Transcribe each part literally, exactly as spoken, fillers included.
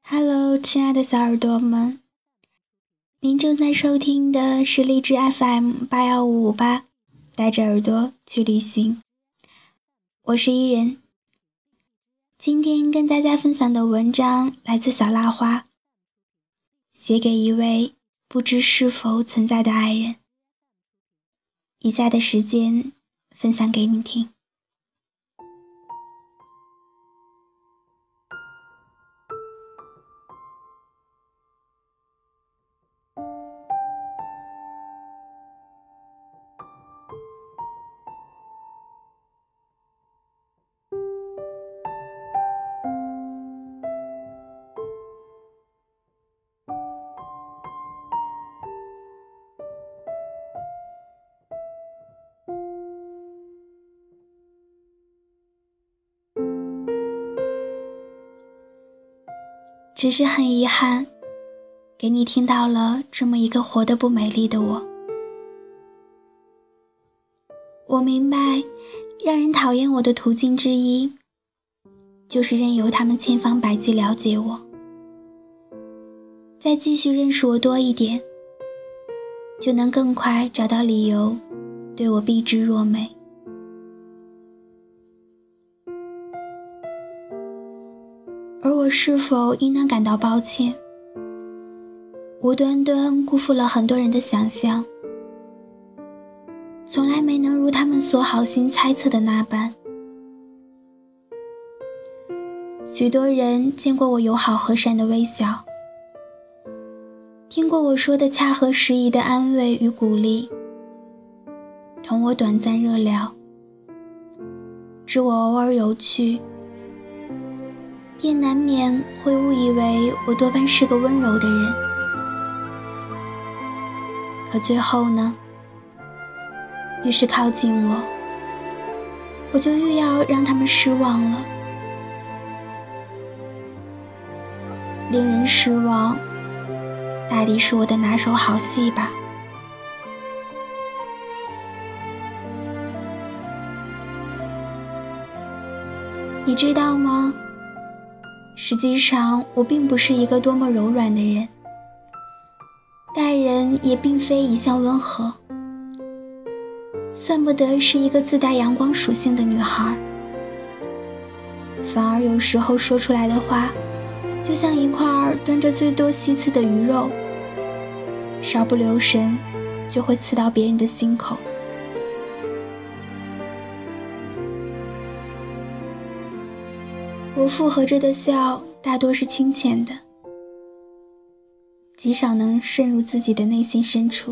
Hello， 亲爱的小耳朵们，您正在收听的是荔枝 F M 八一五五八，带着耳朵去旅行。我是伊人，今天跟大家分享的文章来自小蜡花，写给一位不知是否存在的爱人。以下的时间分享给你听。只是很遗憾，给你听到了这么一个活得不美丽的我。我明白，让人讨厌我的途径之一，就是任由他们千方百计了解我，再继续认识我多一点，就能更快找到理由对我避之若美。而我是否应当感到抱歉，无端端辜负了很多人的想象，从来没能如他们所好心猜测的那般。许多人见过我友好和善的微笑，听过我说的恰合时宜的安慰与鼓励，同我短暂热聊，知我偶尔有趣，便难免会误以为我多半是个温柔的人。可最后呢，越是靠近我，我就越要让他们失望了。令人失望，大抵是我的拿手好戏吧。你知道吗？实际上，我并不是一个多么柔软的人，待人也并非一向温和，算不得是一个自带阳光属性的女孩，反而有时候说出来的话，就像一块端着最多西刺的鱼肉，稍不留神就会刺到别人的心口。我附和着的笑大多是清浅的，极少能渗入自己的内心深处。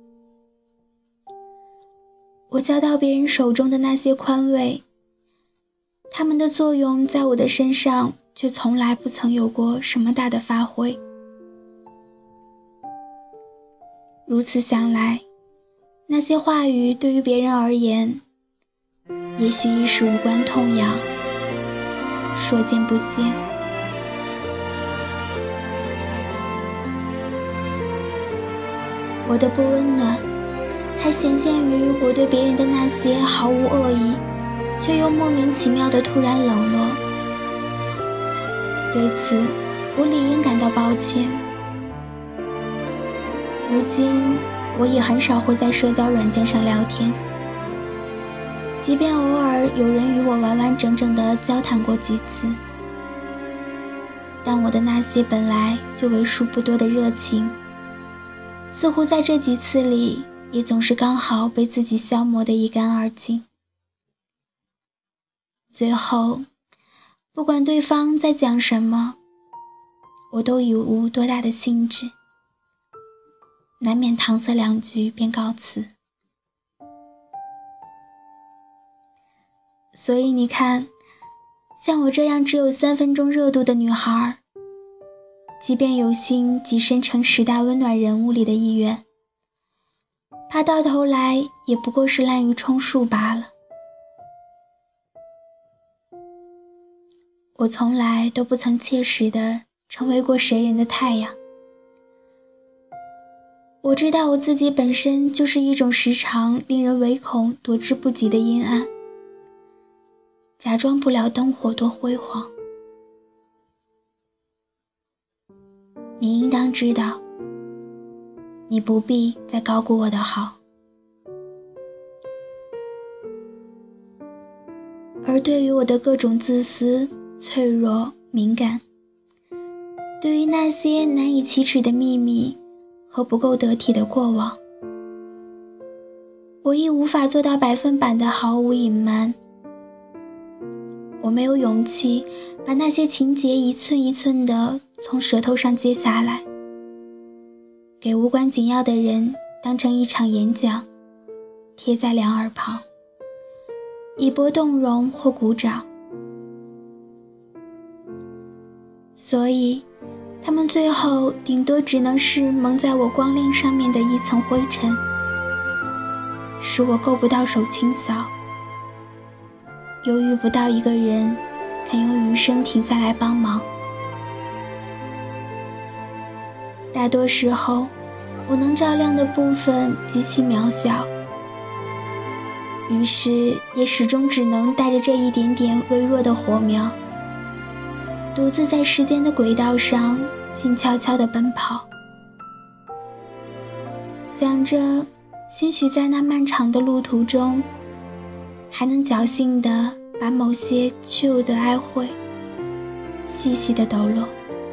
我笑到别人手中的那些宽慰，它们的作用在我的身上却从来不曾有过什么大的发挥。如此想来，那些话语对于别人而言，也许已是无关痛痒，说见不鲜。我的不温暖，还显现于我对别人的那些毫无恶意，却又莫名其妙的突然冷落。对此，我理应感到抱歉。如今，我也很少会在社交软件上聊天，即便偶尔有人与我完完整整地交谈过几次，但我的那些本来就为数不多的热情，似乎在这几次里也总是刚好被自己消磨得一干二净。最后，不管对方在讲什么，我都已无多大的兴致，难免搪塞两句便告辞。所以你看，像我这样只有三分钟热度的女孩，即便有幸跻身成十大温暖人物里的一员，怕到头来也不过是滥竽充数罢了。我从来都不曾切实地成为过谁人的太阳。我知道我自己本身就是一种时常令人唯恐躲之不及的阴暗，假装不了灯火多辉煌。 你应当知道，你不必再高估我的好。而对于我的各种自私、脆弱、敏感，对于那些难以启齿的秘密和不够得体的过往，我亦无法做到百分百的毫无隐瞒。我没有勇气把那些情节一寸一寸地从舌头上揭下来，给无关紧要的人当成一场演讲，贴在两耳旁，以博动容或鼓掌。所以他们最后顶多只能是蒙在我光亮上面的一层灰尘，使我够不到手清扫，又遇不到一个人肯用余生停下来帮忙。大多时候我能照亮的部分极其渺小，于是也始终只能带着这一点点微弱的火苗，独自在时间的轨道上静悄悄地奔跑，想着兴许在那漫长的路途中，还能侥幸地把某些旧的哀悔细细地抖落。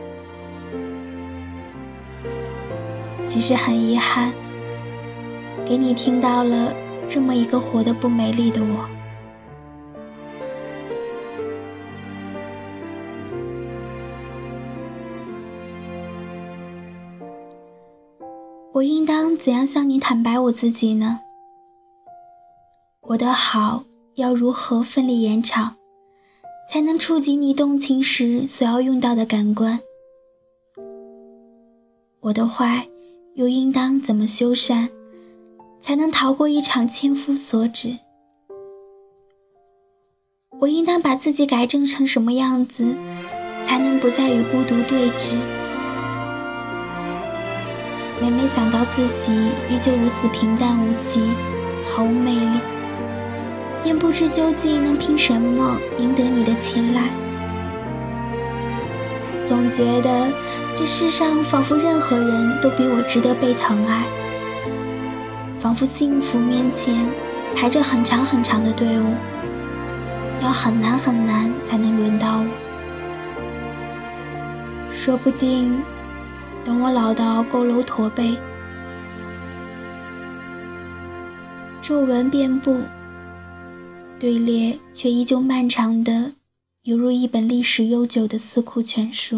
只是很遗憾，给你听到了这么一个活得不美丽的我。我应当怎样向你坦白我自己呢？我的好要如何奋力延长，才能触及你动情时所要用到的感官？我的坏又应当怎么修缮，才能逃过一场千夫所指？我应当把自己改正成什么样子，才能不再与孤独对峙？每每想到自己依旧如此平淡无奇，毫无魅力，便不知究竟能凭什么赢得你的青睐。总觉得这世上仿佛任何人都比我值得被疼爱，仿佛幸福面前排着很长很长的队伍，要很难很难才能轮到我。说不定等我老到佝偻驼背，皱纹遍布，队列却依旧漫长的犹如一本历史悠久的四库全书。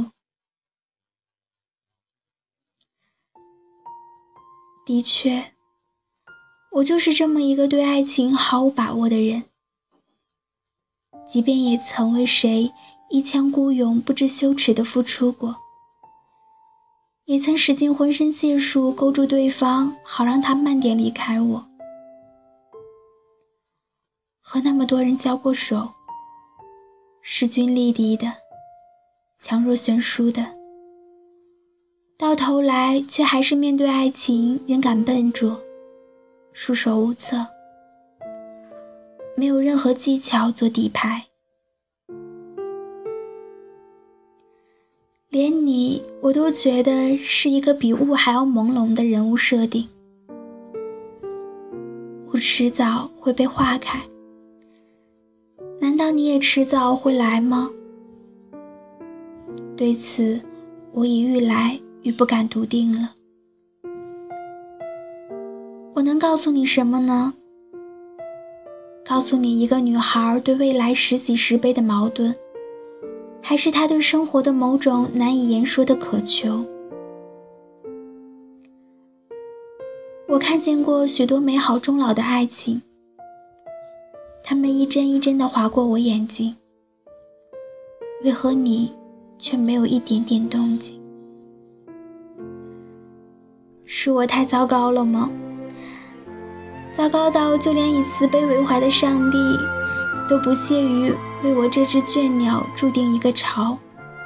的确，我就是这么一个对爱情毫无把握的人，即便也曾为谁一腔孤勇不知羞耻地付出过，也曾使尽浑身解数勾住对方，好让他慢点离开我。和那么多人交过手，势均力敌的，强弱悬殊的，到头来却还是面对爱情仍敢笨拙，束手无策，没有任何技巧做底牌。连你我都觉得是一个比雾还要朦胧的人物设定，雾迟早会被化开，难道你也迟早会来吗？对此我已愈来愈不敢笃定了。我能告诉你什么呢？告诉你一个女孩对未来十喜十悲的矛盾，还是她对生活的某种难以言说的渴求？我看见过许多美好终老的爱情，它们一帧一帧地划过我眼睛，为何你却没有一点点动静？是我太糟糕了吗？糟糕到就连以慈悲为怀的上帝都不屑于为我这只倦鸟注定一个巢。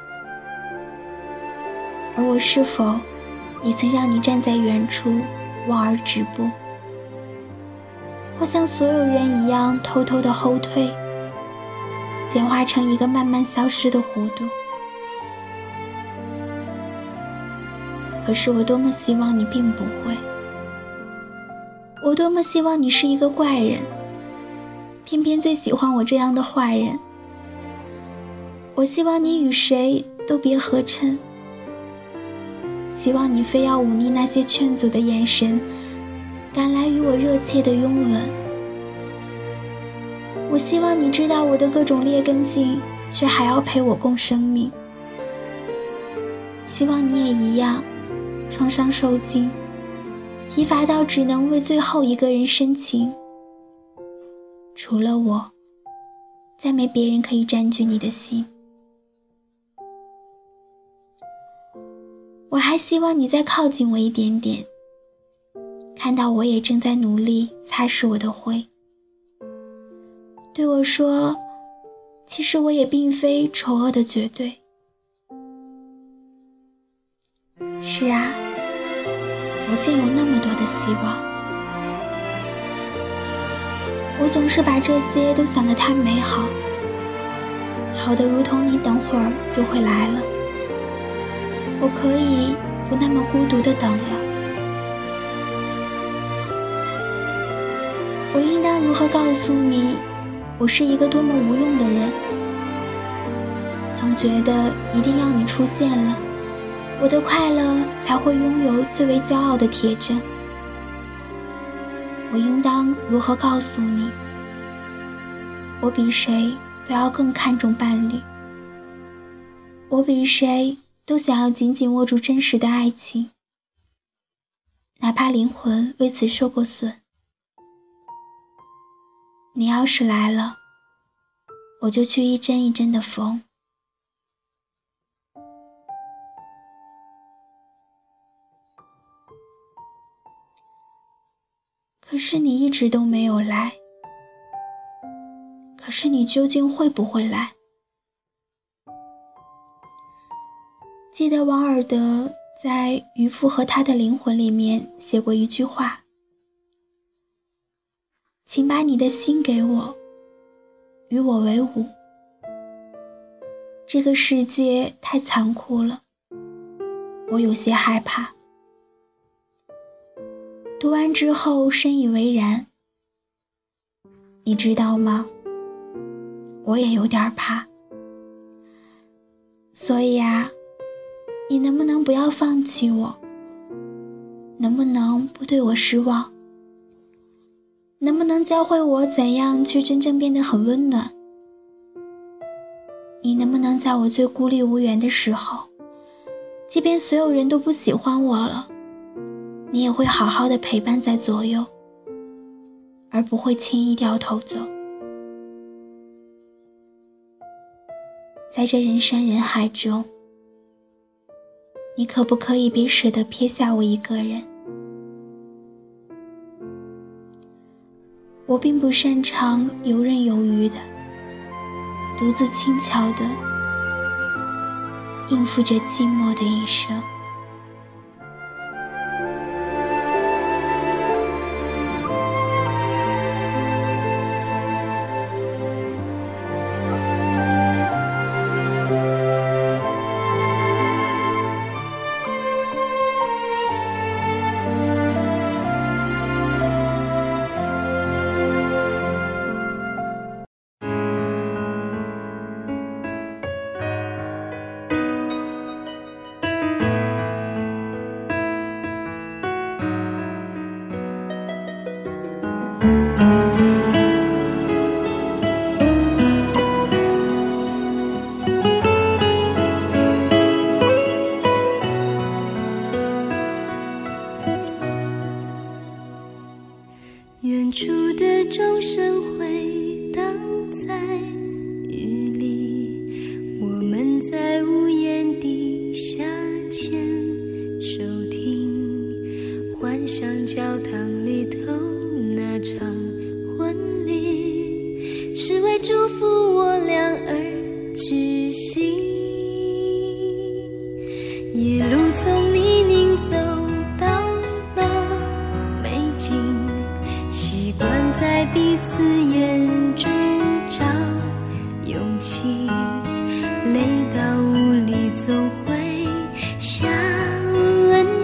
而我是否也曾让你站在远处望而止步，或像所有人一样偷偷地后退，简化成一个慢慢消失的弧度？ 可是我多么希望你并不会，我多么希望你是一个怪人，偏偏最喜欢我这样的坏人。我希望你与谁都别合衬，希望你非要忤逆那些劝阻的眼神，赶来与我热切的拥吻。我希望你知道我的各种劣根性，却还要陪我共生命。希望你也一样，创伤受尽，疲乏到只能为最后一个人深情。除了我，再没别人可以占据你的心。我还希望你再靠近我一点点，看到我也正在努力擦拭我的灰，对我说，其实我也并非丑恶的绝对。是啊，我竟有那么多的希望。我总是把这些都想得太美好，好得如同你等会儿就会来了，我可以不那么孤独地等了。我应当如何告诉你，我是一个多么无用的人？总觉得一定要你出现了，我的快乐才会拥有最为骄傲的铁证。我应当如何告诉你，我比谁都要更看重伴侣，我比谁都想要紧紧握住真实的爱情，哪怕灵魂为此受过损。你要是来了，我就去一针一针的缝。可是你一直都没有来，可是你究竟会不会来？记得王尔德在《渔夫和他的灵魂》里面写过一句话，请把你的心给我，与我为伍。这个世界太残酷了，我有些害怕。读完之后深以为然。你知道吗？我也有点怕。所以啊，你能不能不要放弃我？能不能不对我失望？能不能教会我怎样去真正变得很温暖？你能不能在我最孤立无援的时候，即便所有人都不喜欢我了，你也会好好的陪伴在左右，而不会轻易掉头走。在这人山人海中，你可不可以别舍得撇下我一个人？我并不擅长游刃有余的，独自轻巧的应付着寂寞的一生。 远处的钟声回荡在雨里，我们在屋檐底下牵手听，幻想教堂里头那场婚礼是为祝福我俩而举行。一路从泥泞走到了美景，习惯在彼此眼中找勇气，累到无力总会想问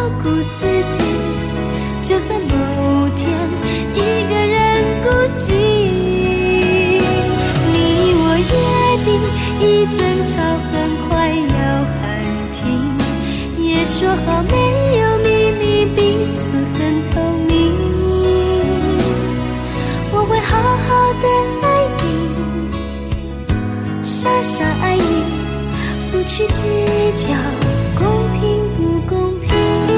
顾自己，就算某天一个人孤寂。你我约定，一争吵很快要喊停，也说好没有秘密，彼此很透明。我会好好的爱你，傻傻爱你，不去计较公平不公平。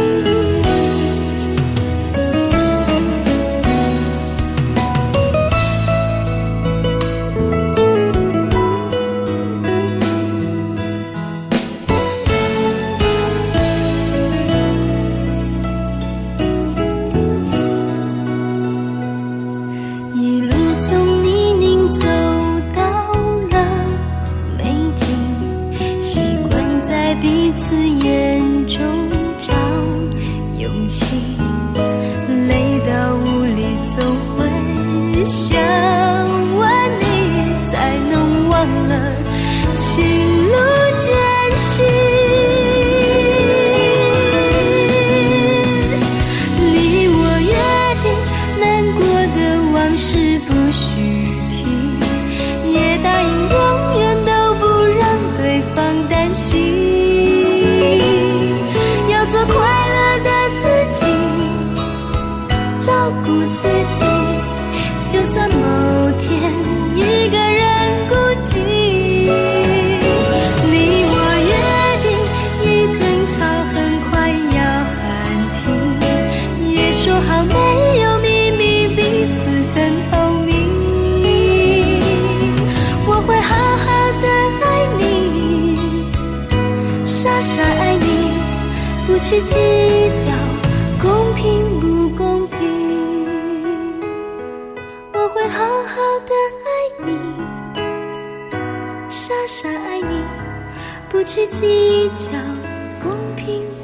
一路从泥泞走到了美景，习惯在彼此眼中找勇气，累到无力总会想问你，才能忘了情路艰辛。你我约定，难过的往事不许提，也答应永远都不让对方担心。要做快乐的自己，照顾自己，就算某天一个人孤寂。你我约定，一争吵很快要喊停，也说好没有秘密，彼此很透明。我会好好的爱你，傻傻爱你，不去计较公平不公平。我会好好的爱你，傻傻爱你，不去计较公平